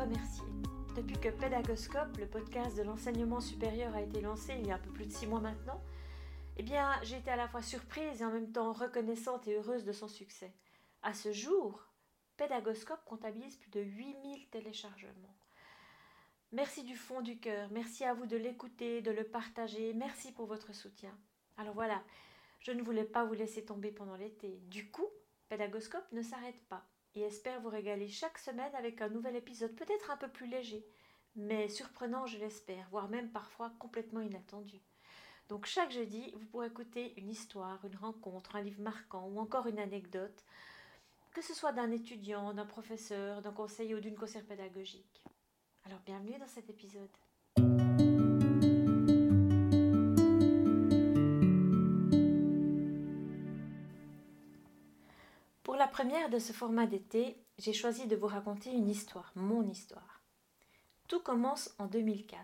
remercier. Depuis que Pédagoscope, le podcast de l'enseignement supérieur, a été lancé il y a un peu plus de 6 mois maintenant, j'ai été à la fois surprise et en même temps reconnaissante et heureuse de son succès. À ce jour, Pédagoscope comptabilise plus de 8000 téléchargements. Merci du fond du cœur, merci à vous de l'écouter, de le partager, merci pour votre soutien. Alors voilà, je ne voulais pas vous laisser tomber pendant l'été. Du coup, Pédagoscope ne s'arrête pas et espère vous régaler chaque semaine avec un nouvel épisode peut-être un peu plus léger, mais surprenant je l'espère, voire même parfois complètement inattendu. Donc chaque jeudi, vous pourrez écouter une histoire, une rencontre, un livre marquant ou encore une anecdote, que ce soit d'un étudiant, d'un professeur, d'un conseiller ou d'une conseillère pédagogique. Alors bienvenue dans cet épisode. Pour la première de ce format d'été, j'ai choisi de vous raconter une histoire, mon histoire. Tout commence en 2004.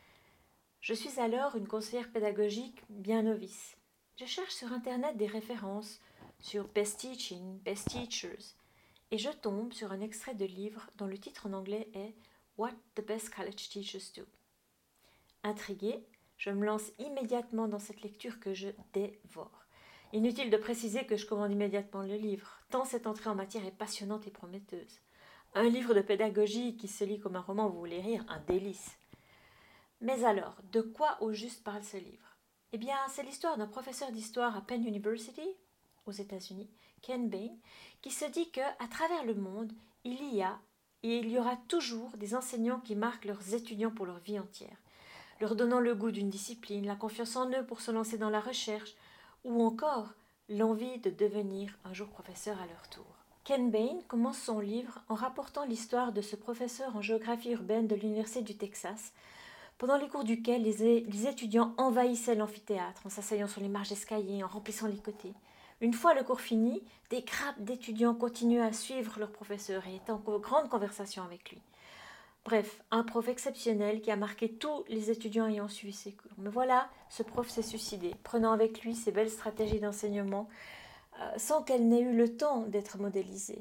Je suis alors une conseillère pédagogique bien novice. Je cherche sur Internet des références sur Best Teaching, Best Teachers, et je tombe sur un extrait de livre dont le titre en anglais est What the Best College Teachers Do. Intriguée, je me lance immédiatement dans cette lecture que je dévore. Inutile de préciser que je commande immédiatement le livre, tant cette entrée en matière est passionnante et prometteuse. Un livre de pédagogie qui se lit comme un roman, vous voulez rire, un délice. Mais alors, de quoi au juste parle ce livre ? Eh bien, c'est l'histoire d'un professeur d'histoire à Penn University, aux États-Unis, Ken Bain, qui se dit qu'à travers le monde, il y a et il y aura toujours des enseignants qui marquent leurs étudiants pour leur vie entière, leur donnant le goût d'une discipline, la confiance en eux pour se lancer dans la recherche, ou encore l'envie de devenir un jour professeur à leur tour. Ken Bain commence son livre en rapportant l'histoire de ce professeur en géographie urbaine de l'Université du Texas, pendant les cours duquel les étudiants envahissaient l'amphithéâtre en s'asseyant sur les marges d'escalier, en remplissant les côtés. Une fois le cours fini, des grappes d'étudiants continuaient à suivre leur professeur et étaient en grande conversation avec lui. Bref, un prof exceptionnel qui a marqué tous les étudiants ayant suivi ses cours. Mais voilà, ce prof s'est suicidé, prenant avec lui ses belles stratégies d'enseignement sans qu'elles n'aient eu le temps d'être modélisées.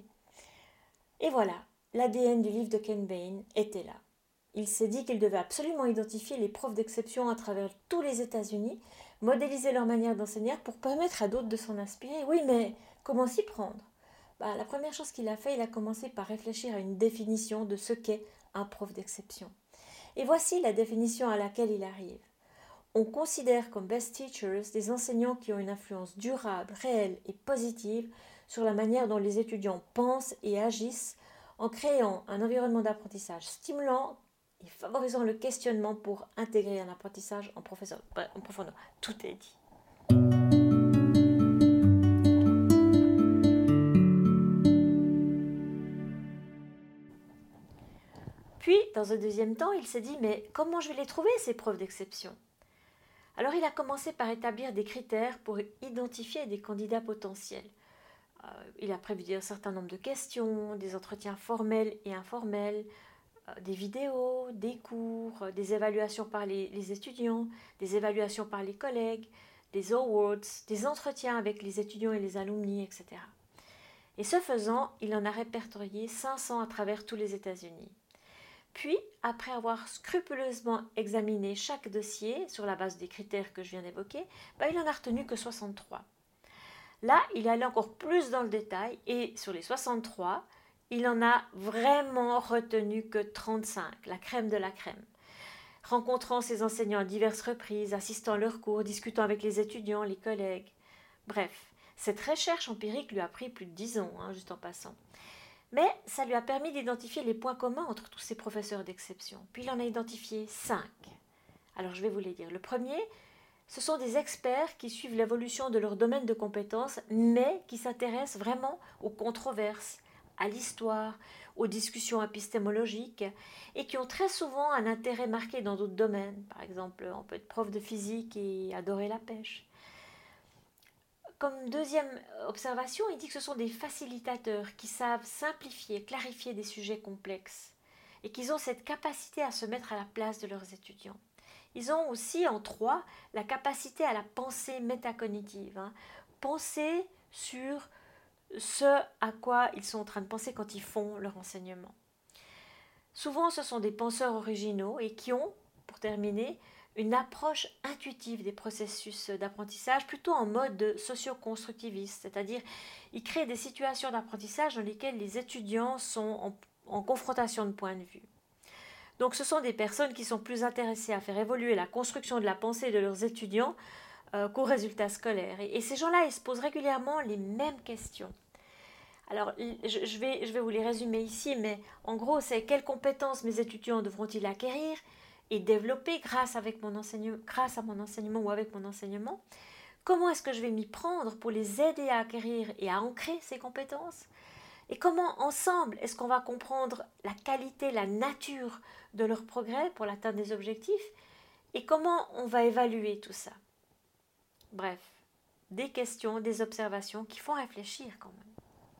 Et voilà, l'ADN du livre de Ken Bain était là. Il s'est dit qu'il devait absolument identifier les profs d'exception à travers tous les États-Unis, modéliser leur manière d'enseigner pour permettre à d'autres de s'en inspirer. Oui, mais comment s'y prendre ? La première chose qu'il a fait, il a commencé par réfléchir à une définition de ce qu'est un prof d'exception. Et voici la définition à laquelle il arrive. On considère comme best teachers des enseignants qui ont une influence durable, réelle et positive sur la manière dont les étudiants pensent et agissent en créant un environnement d'apprentissage stimulant et favorisant le questionnement pour intégrer un apprentissage en profondeur. Tout est dit. Puis, dans un deuxième temps, il s'est dit « Mais comment je vais les trouver, ces profs d'exception ?» Alors, il a commencé par établir des critères pour identifier des candidats potentiels. Il a prévu un certain nombre de questions, des entretiens formels et informels, des vidéos, des cours, des évaluations par les étudiants, des évaluations par les collègues, des awards, des entretiens avec les étudiants et les alumni, etc. Et ce faisant, il en a répertorié 500 à travers tous les États-Unis. Puis, après avoir scrupuleusement examiné chaque dossier sur la base des critères que je viens d'évoquer, il en a retenu que 63. Là, il allait encore plus dans le détail et sur les 63, il en a vraiment retenu que 35, la crème de la crème. Rencontrant ses enseignants à diverses reprises, assistant à leurs cours, discutant avec les étudiants, les collègues. Bref, cette recherche empirique lui a pris plus de 10 ans, juste en passant. Mais ça lui a permis d'identifier les points communs entre tous ces professeurs d'exception. Puis il en a identifié 5. Alors je vais vous les dire. Le premier, ce sont des experts qui suivent l'évolution de leur domaine de compétences, mais qui s'intéressent vraiment aux controverses, à l'histoire, aux discussions épistémologiques, et qui ont très souvent un intérêt marqué dans d'autres domaines. Par exemple, on peut être prof de physique et adorer la pêche. Comme deuxième observation, il dit que ce sont des facilitateurs qui savent simplifier, clarifier des sujets complexes et qu'ils ont cette capacité à se mettre à la place de leurs étudiants. Ils ont aussi, en 3, la capacité à la pensée métacognitive. Penser sur ce à quoi ils sont en train de penser quand ils font leur enseignement. Souvent, ce sont des penseurs originaux et qui ont, pour terminer, une approche intuitive des processus d'apprentissage, plutôt en mode socio-constructiviste, c'est-à-dire ils créent des situations d'apprentissage dans lesquelles les étudiants sont en confrontation de points de vue. Donc ce sont des personnes qui sont plus intéressées à faire évoluer la construction de la pensée de leurs étudiants qu'aux résultats scolaires. Et ces gens-là, ils se posent régulièrement les mêmes questions. Alors, je vais vous les résumer ici, mais en gros, c'est quelles compétences mes étudiants devront-ils acquérir et développer grâce à mon enseignement ou avec mon enseignement? Comment est-ce que je vais m'y prendre pour les aider à acquérir et à ancrer ces compétences? Et comment, ensemble, est-ce qu'on va comprendre la qualité, la nature de leur progrès pour l'atteinte des objectifs? Et comment on va évaluer tout ça? Bref, des questions, des observations qui font réfléchir quand même.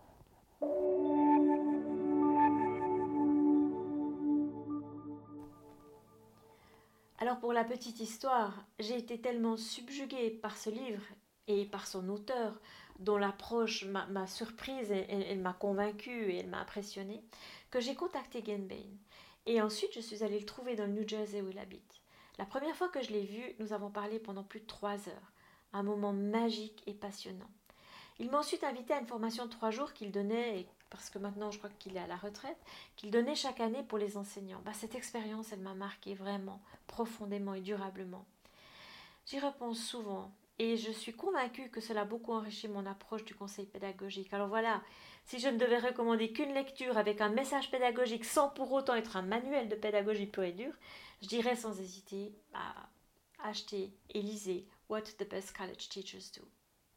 Alors pour la petite histoire, j'ai été tellement subjuguée par ce livre et par son auteur, dont l'approche m'a surprise et elle m'a convaincue et elle m'a impressionnée, que j'ai contacté Genbain. Et ensuite, je suis allée le trouver dans le New Jersey où il habite. La première fois que je l'ai vu, nous avons parlé pendant plus de 3 heures. Un moment magique et passionnant. Il m'a ensuite invité à une formation de 3 jours qu'il donnait, parce que maintenant je crois qu'il est à la retraite, qu'il donnait chaque année pour les enseignants. Cette expérience, elle m'a marquée vraiment, profondément et durablement. J'y repense souvent et je suis convaincue que cela a beaucoup enrichi mon approche du conseil pédagogique. Alors voilà, si je ne devais recommander qu'une lecture avec un message pédagogique sans pour autant être un manuel de pédagogie pure et dure, je dirais sans hésiter achetez et lisez What the Best College Teachers Do.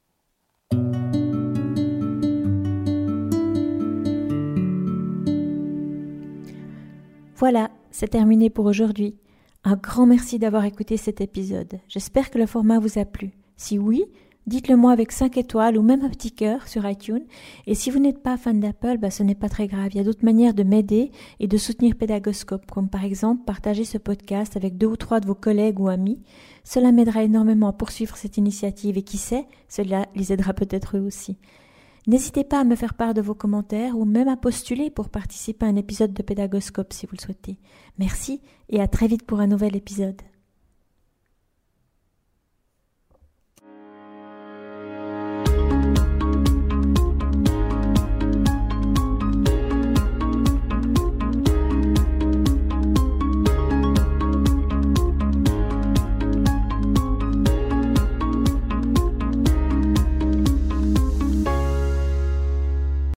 Voilà, c'est terminé pour aujourd'hui. Un grand merci d'avoir écouté cet épisode. J'espère que le format vous a plu. Si oui, dites-le moi avec 5 étoiles ou même un petit cœur sur iTunes. Et si vous n'êtes pas fan d'Apple, ce n'est pas très grave. Il y a d'autres manières de m'aider et de soutenir Pédagoscope, comme par exemple partager ce podcast avec 2 ou 3 de vos collègues ou amis. Cela m'aidera énormément à poursuivre cette initiative et qui sait, cela les aidera peut-être eux aussi. N'hésitez pas à me faire part de vos commentaires ou même à postuler pour participer à un épisode de Pédagoscope si vous le souhaitez. Merci et à très vite pour un nouvel épisode.